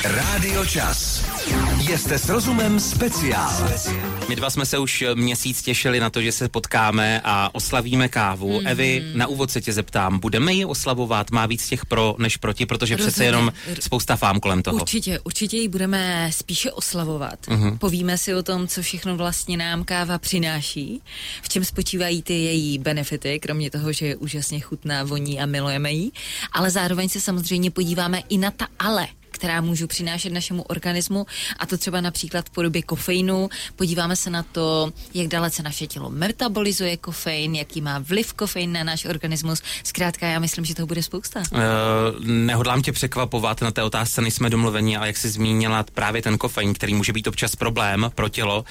Rádio Čas. Jste s rozumem speciál. My dva jsme se už měsíc těšili na to, že se potkáme a oslavíme kávu. Evi, na úvod se tě zeptám, budeme ji oslavovat? Má víc těch pro než proti, protože přece jenom spousta fám kolem toho. Určitě ji budeme spíše oslavovat. Povíme si o tom, co všechno vlastně nám káva přináší, v čem spočívají ty její benefity, kromě toho, že je úžasně chutná, voní a milujeme ji, ale zároveň se samozřejmě podíváme i na ta ale, která můžou přinášet našemu organismu, a to třeba například v podobě kofeinu. Podíváme se na to, jak dalece naše tělo metabolizuje kofein, jaký má vliv kofein na náš organismus. Zkrátka, já myslím, že toho bude spousta. Nehodlám tě překvapovat, na té otázce nejsme domluveni, ale jak jsi zmínila právě ten kofein, který může být občas problém pro tělo,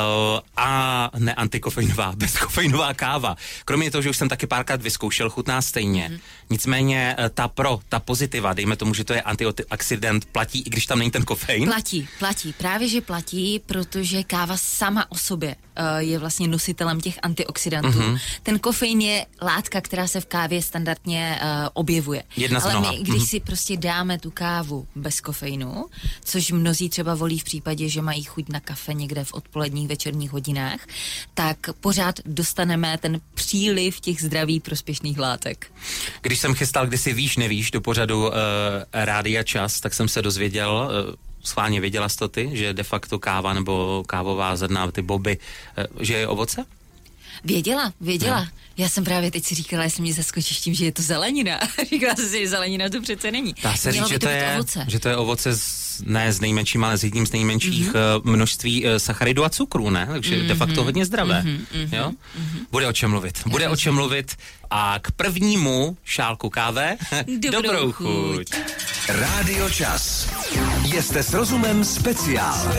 a ne antikofeinová, bezkofeinová káva. Kromě toho, že už jsem taky párkrát vyzkoušel, chutná stejně. Nicméně ta pozitiva, dejme tomu, že to je antioxidant, platí, i když tam není ten kofein? Platí. Právě, že platí, protože káva sama o sobě je vlastně nositelem těch antioxidantů. Ten kofein je látka, která se v kávě standardně objevuje. Ale my, když si prostě dáme tu kávu bez kofeinu, což mnozí třeba volí v případě, že mají chuť na kafe někde v odpoledních, večerních hodinách, tak pořád dostaneme ten příliv těch zdravých prospěšných látek. Když jsem chystal kdysi Víš, nevíš do pořadu Rádia Čas, tak jsem se dozvěděl, schválně věděla jsi to ty, že de facto káva nebo kávová zrna, ty boby, že je ovoce? Věděla. No. Já jsem právě teď si říkala, jestli mě zaskočíš tím, že je to zelenina. Říkala jsem si, že zelenina to přece není. Dá se říct, že to je ovoce ne z nejmenším, ale s jedním z nejmenších množství sacharidů a cukrů, ne? Takže de facto hodně zdravé. Jo? Bude o čem mluvit. A k prvnímu šálku káve dobrou chuť. Rádio Čas. Jste s rozumem speciál.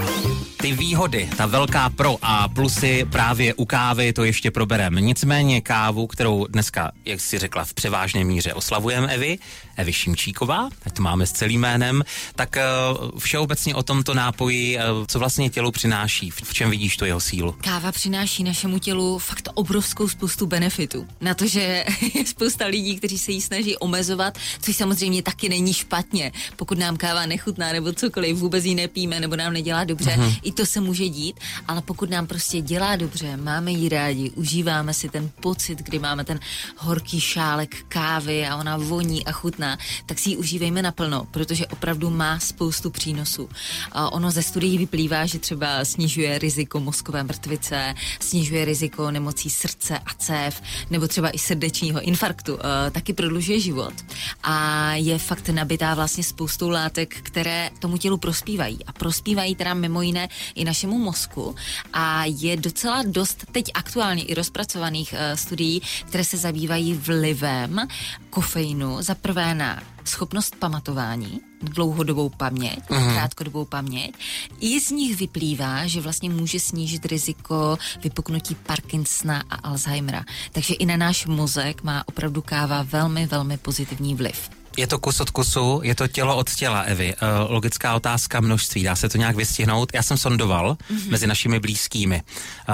Ty výhody, ta velká pro a plusy právě u kávy, to ještě probereme. Nicméně kávu, kterou dneska, jak jsi řekla, v převážné míře oslavujeme Evi Šimčíková, ať to máme s celým jménem, tak všeobecně o tomto nápoji, co vlastně tělu přináší, v čem vidíš tu jeho sílu? Káva přináší našemu tělu fakt obrovskou spoustu benefitů. Na to, že je spousta lidí, kteří se jí snaží omezovat, což samozřejmě taky není špatně. Pokud nám káva nechutná nebo cokoliv, vůbec ji nepijeme nebo nám nedělá dobře, i to se může dít, ale pokud nám prostě dělá dobře, máme ji rádi, užíváme si ten pocit, kdy máme ten horký šálek kávy a ona voní a chutná, tak si ji užívejme naplno, protože opravdu má spoustu přínosů. Ono ze studií vyplývá, že třeba snižuje riziko mozkové mrtvice, snižuje riziko nemocí srdce a cév, nebo třeba i srdečního infarktu, taky prodlužuje život a je fakt nabitá vlastně spoustou látek, které tomu tělu prospívají. A prospívají teda mimo jiné i našemu mozku a je docela dost teď aktuálně i rozpracovaných studií, které se zabývají vlivem kofeinu za prvé na schopnost pamatování, dlouhodobou paměť, krátkodobou paměť. I z nich vyplývá, že vlastně může snížit riziko vypuknutí Parkinsona a Alzheimera. Takže i na náš mozek má opravdu káva velmi, velmi pozitivní vliv. Je to kus od kusu, je to tělo od těla, Evi. Logická otázka množství, dá se to nějak vystihnout? Já jsem sondoval mezi našimi blízkými.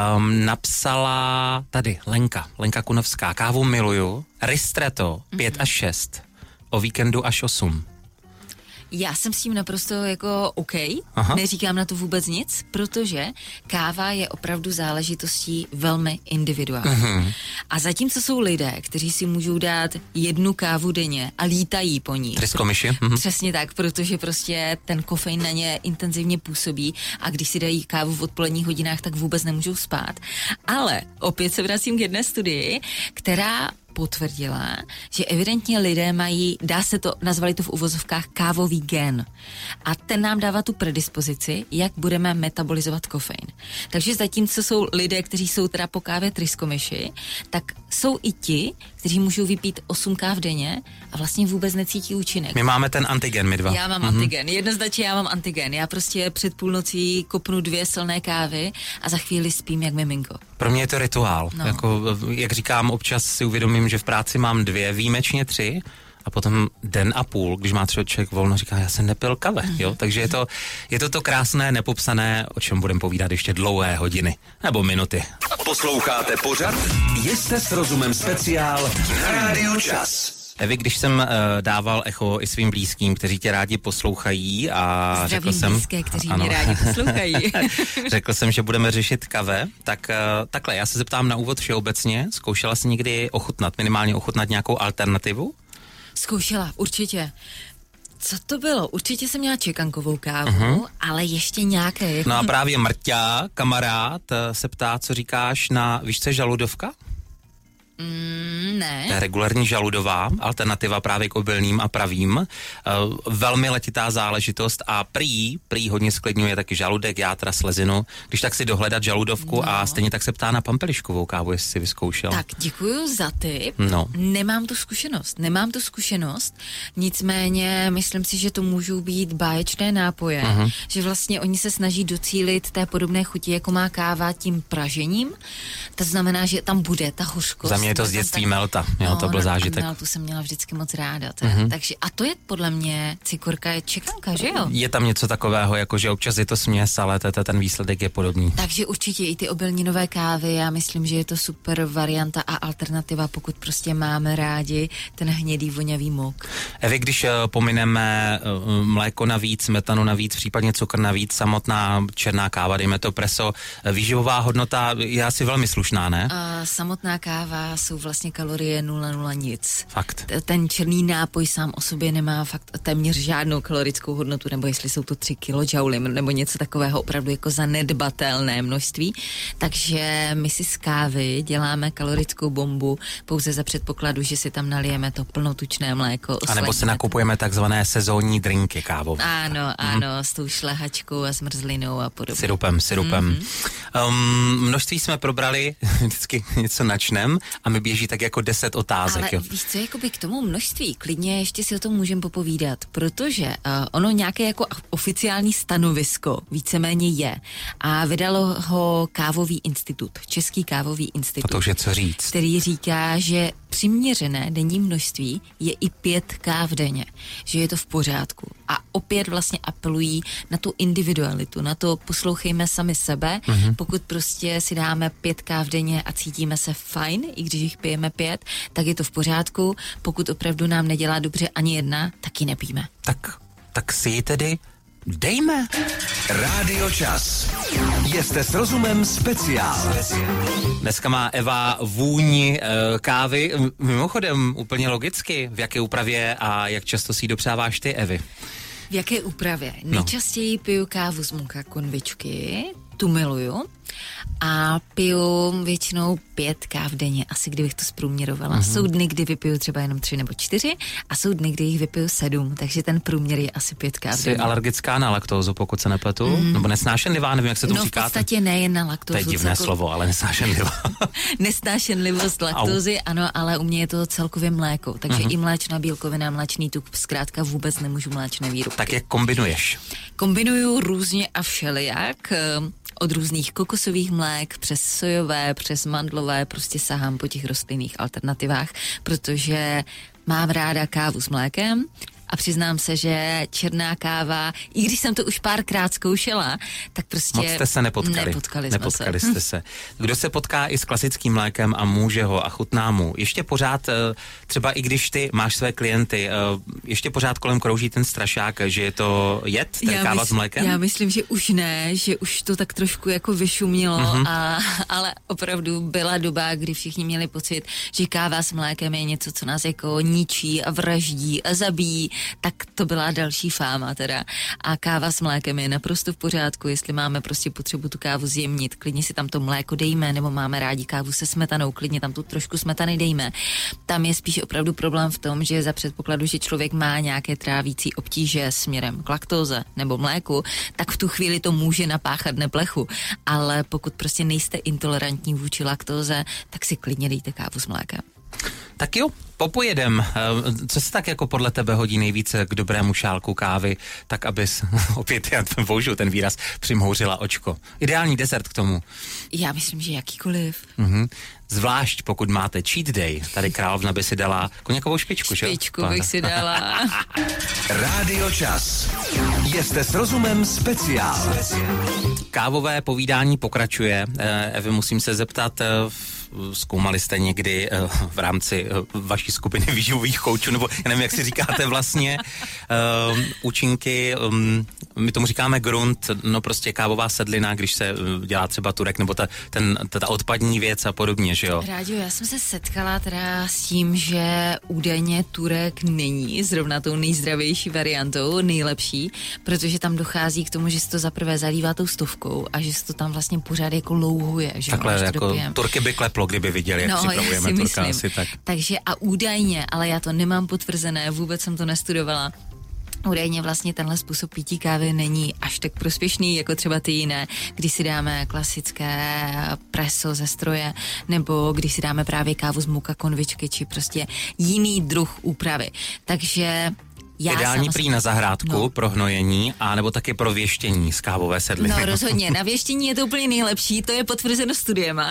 Napsala tady Lenka Kunovská, kávu miluju, ristretto 5 až 6, o víkendu až 8. Já jsem s tím naprosto jako OK, neříkám na to vůbec nic, protože káva je opravdu záležitostí velmi individuální. A zatímco jsou lidé, kteří si můžou dát jednu kávu denně a lítají po ní. Tryskomiši. Přesně tak, protože prostě ten kofein na ně intenzivně působí a když si dají kávu v odpoledních hodinách, tak vůbec nemůžou spát. Ale opět se vracím k jedné studii, která potvrdila, že evidentně lidé mají, nazvali to v uvozovkách kávový gen. A ten nám dává tu predispozici, jak budeme metabolizovat kofein. Takže zatímco jsou lidé, kteří jsou teda po kávě tryskomiši, tak jsou i ti, kteří můžou vypít 8 káv denně a vlastně vůbec necítí účinek. My máme ten antigen, my dva. Já mám antigen, jednoznačně já mám antigen. Já prostě před půlnocí kopnu 2 silné kávy a za chvíli spím jak miminko. Pro mě je to rituál. No. Jako, jak říkám, občas si uvědomím, že v práci mám 2, výjimečně 3 a potom den a půl, když má třeba člověk volno, říká, já jsem nepil kave, jo, takže je to krásné, nepopsané, o čem budeme povídat ještě dlouhé hodiny, nebo minuty. Posloucháte pořad Jste s rozumem speciál na Rádiu Čas. Evi, když jsem dával echo i svým blízkým, kteří tě rádi poslouchají a zdravím řekl jsem... blízké, kteří mě rádi poslouchají. Řekl jsem, že budeme řešit kave, tak takhle, já se zeptám na úvod všeobecně. Zkoušela jsi někdy minimálně ochutnat nějakou alternativu? Zkoušela, určitě. Co to bylo? Určitě jsem měla čekankovou kávu, ale ještě nějaké. Jako... No a právě Mrťa, kamarád, se ptá, co říkáš na, víš co je žaludovka? Ne. To je regulární žaludová, alternativa právě k obilným a pravým. Velmi letitá záležitost a prý hodně sklidňuje taky žaludek, játra, slezinu. Když tak si dohledat žaludovku a stejně tak se ptá na pampeliškovou kávu, jestli si vyzkoušel. Tak děkuju za tip. No. Nemám tu zkušenost, nicméně myslím si, že to můžou být báječné nápoje, že vlastně oni se snaží docílit té podobné chuti, jako má káva tím pražením. To znamená, že tam bude ta hořkost. Za mě je to z dětství Melta, jo, to byl zážitek. Meltu jsem měla vždycky moc ráda. Takže a to je podle mě cikorka je čekanka, že jo? Je tam něco takového, jako že občas je to směs, ale ten výsledek je podobný. Takže určitě i ty obilninové kávy, já myslím, že je to super varianta a alternativa, pokud prostě máme rádi ten hnědý vonavý mok. Evi, když pomineme mléko navíc, smetanu navíc, případně cukr navíc, samotná černá káva, dejme to preso, výživová hodnota je asi velmi slušná, ne? Samotná káva jsou vlastně kalorie 0,0 nic. Fakt. Ten černý nápoj sám o sobě nemá fakt téměř žádnou kalorickou hodnotu, nebo jestli jsou to 3 kilojouly, nebo něco takového opravdu jako zanedbatelné množství. Takže my si z kávy děláme kalorickou bombu pouze za předpokladu, že si tam nalijeme to plnotučné mléko. A nebo si nakupujeme takzvané sezónní drinky kávové. Ano, s tou šlehačkou a zmrzlinou a podobně. Sirupem. Množství jsme probrali, vždycky něco načnem a mi běží tak jako 10 otázek. Ale víš co, jakoby k tomu množství, klidně ještě si o tom můžeme popovídat, protože ono nějaké jako oficiální stanovisko víceméně je a vydalo ho Kávový institut, Český kávový institut. To už je co říct. Který říká, že přiměřené denní množství je i 5 káv denně, že je to v pořádku. A opět vlastně apelují na tu individualitu, na to poslouchejme sami sebe, pokud prostě si dáme 5 káv denně a cítíme se fajn, i když jich pijeme 5, tak je to v pořádku, pokud opravdu nám nedělá dobře ani jedna, tak ji nepijeme. Tak si ji tedy dejme. Rádio Čas. Jste s rozumem speciál. Dneska má Eva vůni kávy. Mimochodem, úplně logicky, v jaké úpravě a jak často si ji dopřáváš ty, Evi? V jaké úpravě? Nejčastěji piju kávu z moka konvičky, tu miluju. A piju většinou 5 káv denně, asi kdybych to zprůměrovala. Jsou dny, kdy vypiju třeba jenom 3 nebo 4 a jsou dny, kdy jich vypiju 7, takže ten průměr je asi 5 káv denně. Jsi alergická na laktózu, pokud se nepletu? Nebo nesnášenlivá, nevím, jak se tomu říkáte? No v podstatě nejen na laktózu. To je divné slovo, ale nesnášenlivá. Nesnášenlivost laktózy, ano, ale u mě je to celkově mléko, takže i mléčná bílkovina, mléčný tuk, zkrátka vůbec nemůžu mléčné výrobky. Tak jak kombinuješ? Kombinuju různě a všelijak. Od různých kokosových mlék, přes sojové, přes mandlové, prostě sahám po těch rostlinných alternativách, protože mám ráda kávu s mlékem a přiznám se, že černá káva, i když jsem to už párkrát zkoušela, tak prostě... Moc jste se nepotkali. Nepotkali jste se. Kdo se potká i s klasickým mlékem a může ho a chutná mu, ještě pořád, třeba i když ty máš své klienty, ještě pořád kolem krouží ten strašák, že je to jed, ten káva s mlékem? Já myslím, že už ne, že už to tak trošku jako vyšumělo, ale opravdu byla doba, kdy všichni měli pocit, že káva s mlékem je něco, co nás jako ničí a vraždí a zabíjí, tak to byla další fáma teda. A káva s mlékem je naprosto v pořádku, jestli máme prostě potřebu tu kávu zjemnit, klidně si tam to mléko dejme, nebo máme rádi kávu se smetanou, klidně tam tu trošku smetany dejme. Tam je spíš opravdu problém v tom, že za předpokladu, že člověk má nějaké trávící obtíže směrem k laktóze nebo mléku, tak v tu chvíli to může napáchat neplechu. Ale pokud prostě nejste intolerantní vůči laktóze, tak si klidně dejte kávu s mlékem. Tak jo, popojedem. Co se tak jako podle tebe hodí nejvíce k dobrému šálku kávy, tak abys, opět já použiju ten výraz, přimhouřila očko. Ideální desert k tomu. Já myslím, že jakýkoliv. Zvlášť pokud máte cheat day, tady královna by si dala koněkovou špičku, že? Špičku bych si dala. Rádio Čas. Jste s rozumem speciál. Kávové povídání pokračuje. Evi, musím se zeptat, zkoumali jste někdy v rámci vaší skupiny výživových koučů, nebo já nevím, jak si říkáte vlastně, účinky, my tomu říkáme grunt, no prostě kávová sedlina, když se dělá třeba turek, nebo ta odpadní věc a podobně, že jo? Rádio, já jsem se setkala teda s tím, že údajně turek není zrovna tou nejzdravější variantou, nejlepší, protože tam dochází k tomu, že se to zaprvé zalívá tou stovkou a že se to tam vlastně pořád jako louhuje. Že takhle jako turky by kleplo, kdyby viděli, jak připravujeme turka asi tak. Takže a údajně, ale já to nemám potvrzené, vůbec jsem to nestudovala, údajně vlastně tenhle způsob pití kávy není až tak prospěšný, jako třeba ty jiné, když si dáme klasické preso ze stroje, nebo když si dáme právě kávu z muka konvičky, či prostě jiný druh úpravy. Takže ideální prý na zahrádku pro hnojení, a nebo taky pro věštění z kávové sedliny. No rozhodně, na věštění je to úplně nejlepší, to je potvrzeno studiema.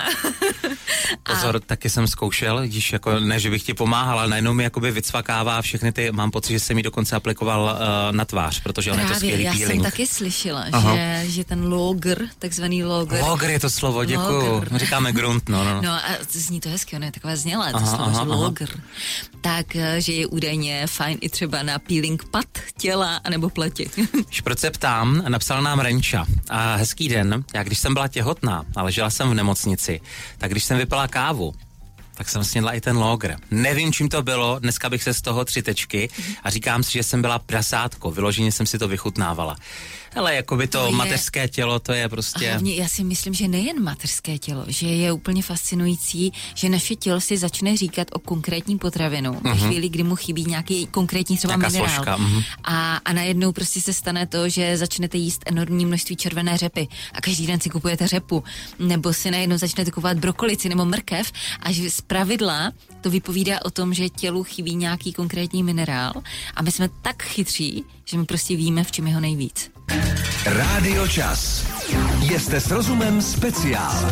Pozor, taky jsem zkoušel, když jako ne, že bych ti pomáhala, ale najednou mi jakoby vycvakává všechny ty, mám pocit, že jsem ji dokonce aplikoval na tvář, protože on je to skvělý peeling. Já jsem taky slyšela, že ten lager, takzvaný lager. Lager je to slovo, děkuju. Říkáme grunt, no. No a zní to hezky, ono je takové znělé, to slovo, že lager. Takže je údajně fajn i třeba na peeling pad těla anebo pleti. Proč se ptám, napsal nám Renča. A hezký den, já když jsem byla těhotná a ležela jsem v nemocnici, tak když jsem vypila kávu, tak jsem snědla i ten lager. Nevím, čím to bylo, dneska bych se z toho 3 tečky a říkám si, že jsem byla prasátko, vyloženě jsem si to vychutnávala. Ale jako by to mateřské tělo, to je prostě... Hlavně já si myslím, že nejen mateřské tělo, že je úplně fascinující, že naše tělo si začne říkat o konkrétní potravinu ve chvíli, kdy mu chybí nějaký konkrétní třeba minerál. Složka, a najednou prostě se stane to, že začnete jíst enormní množství červené řepy a každý den si kupujete řepu, nebo si najednou začnete kupovat brokolici nebo mrkev a že zpravidla to vypovídá o tom, že tělu chybí nějaký konkrétní minerál a my jsme tak chytří, že my prostě víme, v čem je ho nejvíc. Rádio Čas. Jste s rozumem speciál.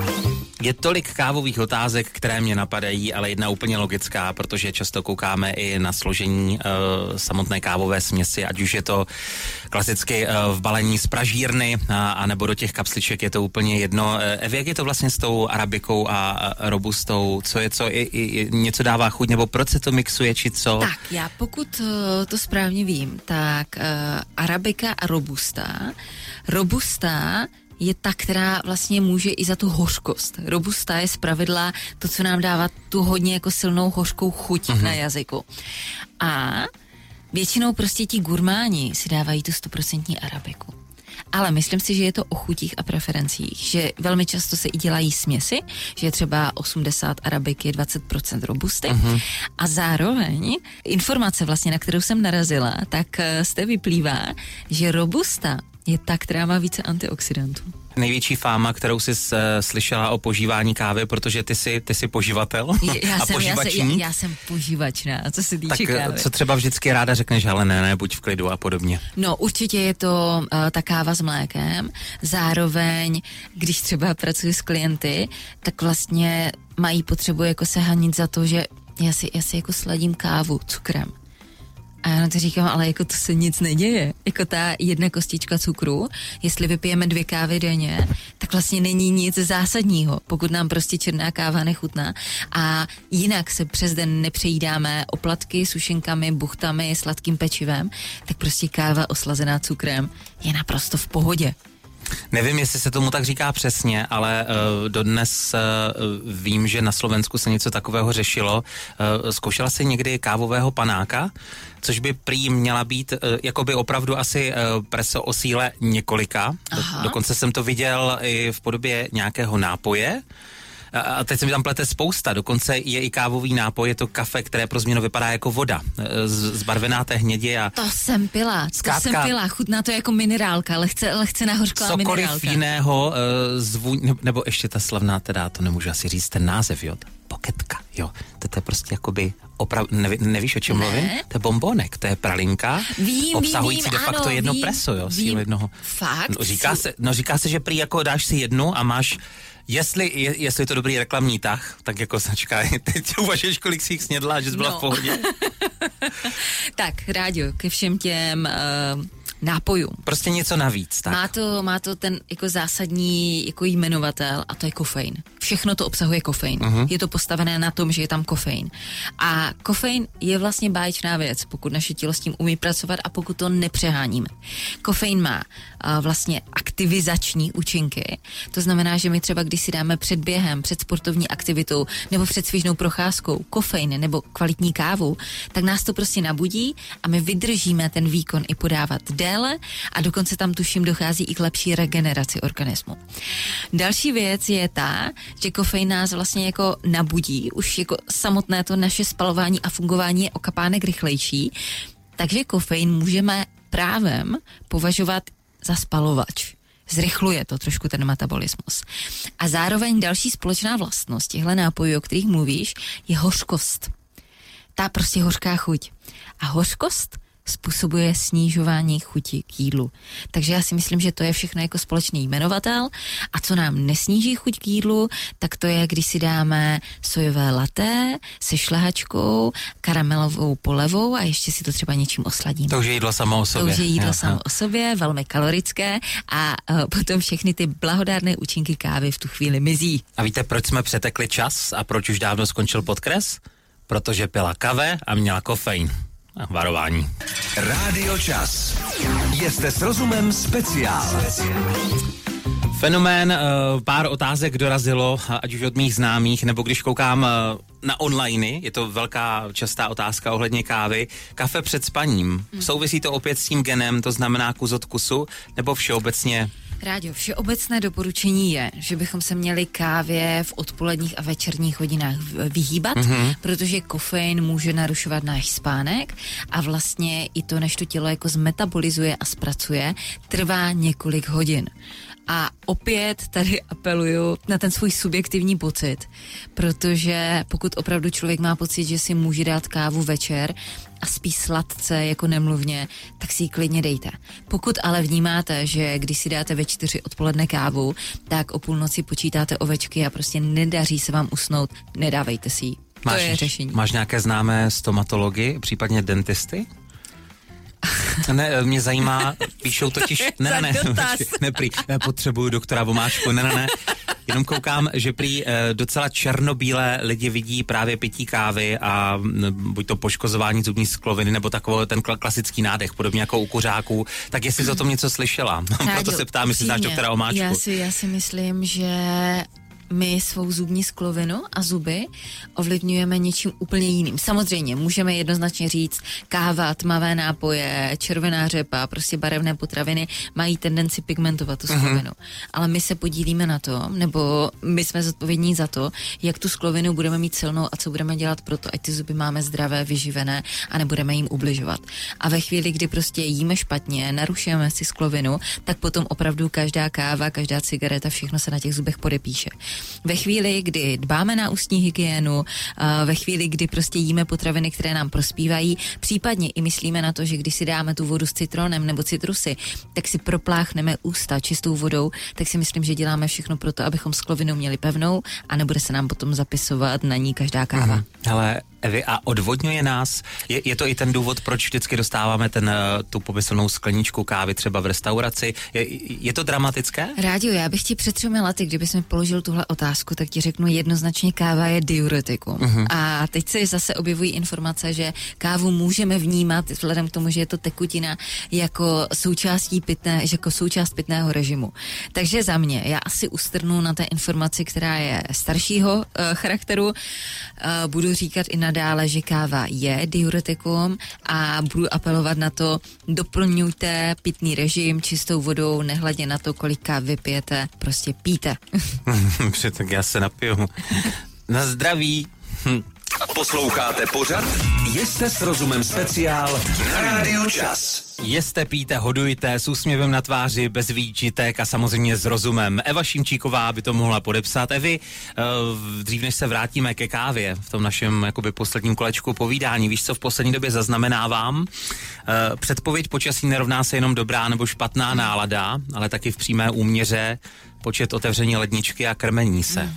Je tolik kávových otázek, které mě napadají, ale jedna úplně logická, protože často koukáme i na složení samotné kávové směsi, ať už je to klasicky v balení z pražírny, a nebo do těch kapsliček, je to úplně jedno. Jak je to vlastně s tou arabikou a robustou? Co je co? Něco dává chuť, nebo proč se to mixuje, či co? Tak, já pokud to správně vím, tak arabika a robusta je ta, která vlastně může i za tu hořkost. Robusta je zpravidla to, co nám dává tu hodně jako silnou hořkou chuť na jazyku. A většinou prostě ti gurmáni si dávají tu 100% arabiku. Ale myslím si, že je to o chutích a preferencích, že velmi často se i dělají směsi, že je třeba 80 arabiky, 20% robusty. A zároveň informace vlastně, na kterou jsem narazila, tak z té vyplývá, že robusta je ta, která má více antioxidantů. Největší fáma, kterou jsi slyšela o požívání kávy, protože ty jsi poživatel a poživačník. Já jsem poživačná, co se týče kávy. Co třeba vždycky ráda řekneš, ale ne, buď v klidu a podobně. No určitě je to ta káva s mlékem, zároveň, když třeba pracuji s klienty, tak vlastně mají potřebu jako se hanit za to, že já si jako sladím kávu cukrem. A já na to říkám, ale jako to se nic neděje. Jako ta 1 kostička cukru, jestli vypijeme 2 kávy denně, tak vlastně není nic zásadního, pokud nám prostě černá káva nechutná. A jinak se přes den nepřejídáme oplatky, sušenkami, buchtami, sladkým pečivem, tak prostě káva oslazená cukrem je naprosto v pohodě. Nevím, jestli se tomu tak říká přesně, ale dodnes vím, že na Slovensku se něco takového řešilo. Zkoušela jsi někdy kávového panáka, což by prý měla být jakoby opravdu asi preso o síle několika. Dokonce jsem to viděl i v podobě nějakého nápoje. A teď se mi tam plete spousta, dokonce je i kávový nápoj, je to kafe, které pro změnu vypadá jako voda, zbarvená té hnědě a... To jsem pila, chutná to jako minerálka, lehce nahořklá minerálka. Cokoliv jiného, nebo ještě ta slavná, teda to nemůžu asi říct ten název, jo, poketka, jo, to je prostě jakoby nevíš, o čem mluvím? To je bombonek, to je pralinka, obsahující de facto jedno preso, jo, sílu jednoho. Fakt? Říká se, že prý jako dáš si jednu a máš. Jestli je to dobrý reklamní tah, tak jako značka, teď uvažuješ, kolik si jich snědla, že jsi byla v pohodě? Tak, Ráďo, ke všem těm nápojům. Prostě něco navíc, tak. Má to ten jako zásadní jako jmenovatel a to je kofein. Všechno to obsahuje kofein. Je to postavené na tom, že je tam kofein. A kofein je vlastně báječná věc, pokud naše tělo s tím umí pracovat a pokud to nepřeháníme. Kofein má vlastně aktivizační účinky. To znamená, že my třeba když si dáme před během, před sportovní aktivitou nebo před svižnou procházkou kofein nebo kvalitní kávu, tak nás to prostě nabudí a my vydržíme ten výkon i podávat déle a dokonce tam tuším dochází i k lepší regeneraci organismu. Další věc je ta, že kofein nás vlastně jako nabudí, už jako samotné to naše spalování a fungování je o kapánek rychlejší, takže kofein můžeme právem považovat za spalovač. Zrychluje to trošku ten metabolismus. A zároveň další společná vlastnost těchto nápojů, o kterých mluvíš, je hořkost. Ta prostě hořká chuť. A hořkost způsobuje snižování chuti k jídlu. Takže já si myslím, že to je všechno jako společný jmenovatel. A co nám nesníží chuť k jídlu, tak to je, když si dáme sojové latte se šlehačkou, karamelovou polevou a ještě si to třeba něčím osladíme. To už je jídlo samo o sobě. To už je jídlo samo o sobě, velmi kalorické a potom všechny ty blahodárné účinky kávy v tu chvíli mizí. A víte, proč jsme přetekli čas a proč už dávno skončil podkres? Protože pila kave a měla kofein. Varování. Rádio Čas. Jste s rozumem speciál. Fenomén, pár otázek dorazilo, ať už od mých známých, nebo když koukám na onliney, je to velká častá otázka ohledně kávy. Kafe před spaním. Souvisí to opět s tím genem, to znamená kus od kusu, nebo všeobecně? Rádio, všeobecné doporučení je, že bychom se měli kávě v odpoledních a večerních hodinách vyhýbat, protože kofein může narušovat náš spánek a vlastně i to, než to tělo jako zmetabolizuje a zpracuje, trvá několik hodin. A opět tady apeluju na ten svůj subjektivní pocit, protože pokud opravdu člověk má pocit, že si může dát kávu večer a spí sladce jako nemluvně, tak si ji klidně dejte. Pokud ale vnímáte, že když si dáte ve 4 odpoledne kávu, tak o půlnoci počítáte ovečky a prostě nedaří se vám usnout, nedávejte si ji. To je řešení. Máš nějaké známé stomatology, případně dentisty? Ne, mě zajímá, píšou totiž... Ne, potřebuju doktora Vomáčku, ne. Jenom koukám, že prý docela černobílé lidi vidí právě pití kávy a buď to poškozování zubní skloviny, nebo takový ten klasický nádech, podobně jako u kuřáků. Tak jestli jsi o tom něco slyšela. Proto se ptám, jestli znáš doktora Vomáčku. Já si myslím, že my svou zubní sklovinu a zuby ovlivňujeme něčím úplně jiným. Samozřejmě můžeme jednoznačně říct, káva, tmavé nápoje, červená řepa, prostě barevné potraviny mají tendenci pigmentovat tu sklovinu. Ale my se podílíme na tom, nebo my jsme zodpovědní za to, jak tu sklovinu budeme mít silnou a co budeme dělat pro to, ať ty zuby máme zdravé, vyživené a nebudeme jim ubližovat. A ve chvíli, kdy prostě jíme špatně, narušujeme si sklovinu, tak potom opravdu každá káva, každá cigareta, všechno se na těch zubech podepíše. Ve chvíli, kdy dbáme na ústní hygienu, ve chvíli, kdy prostě jíme potraviny, které nám prospívají, případně i myslíme na to, že když si dáme tu vodu s citronem nebo citrusy, tak si propláchneme ústa čistou vodou, tak si myslím, že děláme všechno pro to, abychom sklovinu měli pevnou a nebude se nám potom zapisovat na ní každá káva. Hele, Evi, a odvodňuje nás, je to i ten důvod, proč vždycky dostáváme tu pomyslnou skleničku kávy třeba v restauraci, je to dramatické? Rádio, já bych ti před 3 lety, kdybys mi položil tuhle otázku, tak ti řeknu jednoznačně, káva je diuretikum. A teď se zase objevují informace, že kávu můžeme vnímat vzhledem k tomu, že je to tekutina jako součást pitného režimu. Takže za mě, já asi ustrnu na té informaci, která je staršího charakteru. Budu říkat i nadále, že káva je diuretikum a budu apelovat na to, doplňujte pitný režim čistou vodou, nehledě na to, kolik kávy pijete, prostě pijte. Tak já se napiju. Na zdraví. Posloucháte pořad Jste s rozumem speciál na Rádiu Čas. Jeste, pijte, hodujte, s úsměvem na tváři, bez výčitek a samozřejmě s rozumem. Eva Šimčíková by to mohla podepsat. Evi, dřív než se vrátíme ke kávě v tom našem jakoby posledním kolečku povídání, víš, co v poslední době zaznamenávám? Předpověď počasí nerovná se jenom dobrá nebo špatná nálada, ale taky v přímé úměře počet otevření ledničky a krmení se.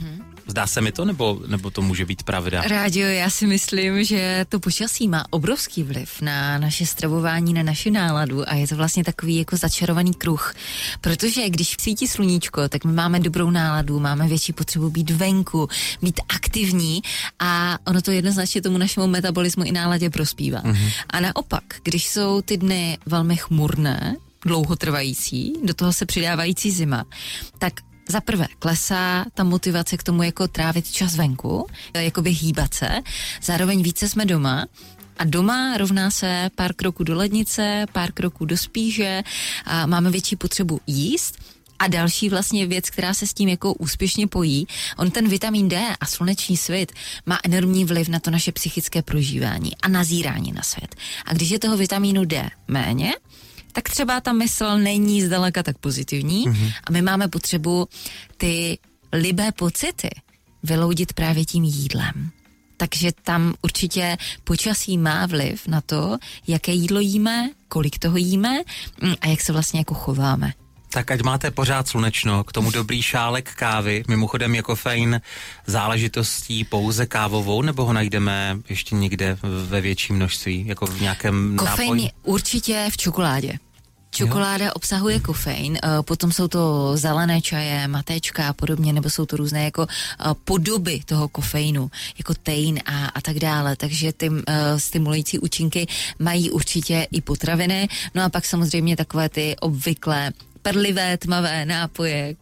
Zdá se mi to, nebo to může být pravda? Rádio, já si myslím, že to počasí má obrovský vliv na naše stravování, na naši náladu a je to vlastně takový jako začarovaný kruh. Protože když svítí sluníčko, tak my máme dobrou náladu, máme větší potřebu být venku, být aktivní a ono to jednoznačně tomu našemu metabolismu i náladě prospívá. A naopak, když jsou ty dny velmi chmurné, dlouhotrvající, do toho se přidávající zima, tak za prvé klesá ta motivace k tomu jako trávit čas venku, jakoby hýbat se, zároveň více jsme doma a doma rovná se pár kroků do lednice, pár kroků do spíže a máme větší potřebu jíst. A další vlastně věc, která se s tím jako úspěšně pojí, on ten vitamin D a sluneční svit má enormní vliv na to naše psychické prožívání a nazírání na svět. A když je toho vitamínu D méně, tak třeba ta mysl není zdaleka tak pozitivní a my máme potřebu ty libé pocity vyloudit právě tím jídlem. Takže tam určitě počasí má vliv na to, jaké jídlo jíme, kolik toho jíme a jak se vlastně jako chováme. Tak ať máte pořád slunečno, k tomu dobrý šálek kávy. Mimochodem je kofein záležitostí pouze kávovou, nebo ho najdeme ještě někde ve větším množství, jako v nějakém nápoji? Kofein je určitě v čokoládě. Čokoláda obsahuje kofein, potom jsou to zelené čaje, matéčka a podobně, nebo jsou to různé jako podoby toho kofeinu, jako tein a tak dále, takže ty stimulující účinky mají určitě i potraviny, no a pak samozřejmě takové ty obvyklé perlivé, tmavé nápoje.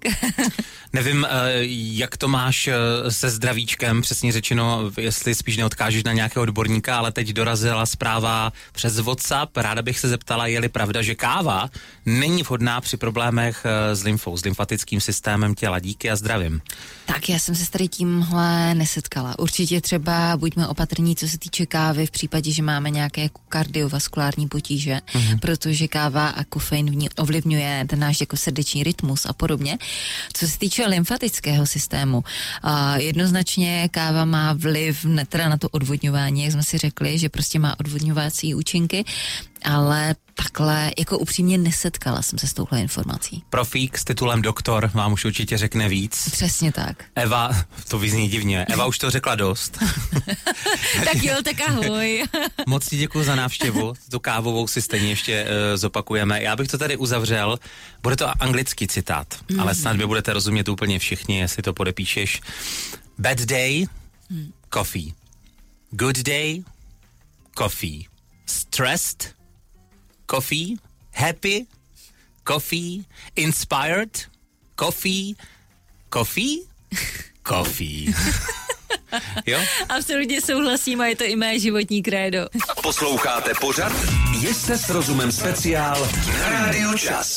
Nevím, jak to máš se zdravíčkem, přesně řečeno, jestli spíš neodkážeš na nějakého odborníka, ale teď dorazila zpráva přes WhatsApp. Ráda bych se zeptala, je-li pravda, že káva není vhodná při problémech s lymfou, s lymfatickým systémem těla. Díky a zdravím. Tak já jsem se s tady tímhle nesetkala. Určitě třeba buďme opatrní, co se týče kávy v případě, že máme nějaké kardiovaskulární potíže, protože káva a kofein v ní ovlivňuje ten náš jako srdeční rytmus a podobně. Co se týče lymfatického systému, jednoznačně káva má vliv teda na to odvodňování, jak jsme si řekli, že prostě má odvodňovací účinky, ale takhle jako upřímně nesetkala jsem se s touhle informací. Profík s titulem doktor vám už určitě řekne víc. Přesně tak. Eva, to vyzní divně, Eva už to řekla dost. Tak jo, tak ahoj. Moc ti děkuji za návštěvu, tu kávovou si stejně ještě zopakujeme. Já bych to tady uzavřel, bude to anglický citát, ale snad mi budete rozumět úplně všichni, jestli to podepíšeš. Bad day, coffee. Good day, coffee. Stressed, coffee. Happy, coffee. Inspired, coffee. Coffee, coffee. Jo? Absolutně souhlasím a je to i mé životní krédo. Posloucháte pořad Jste s rozumem speciál na Rádiu Čas.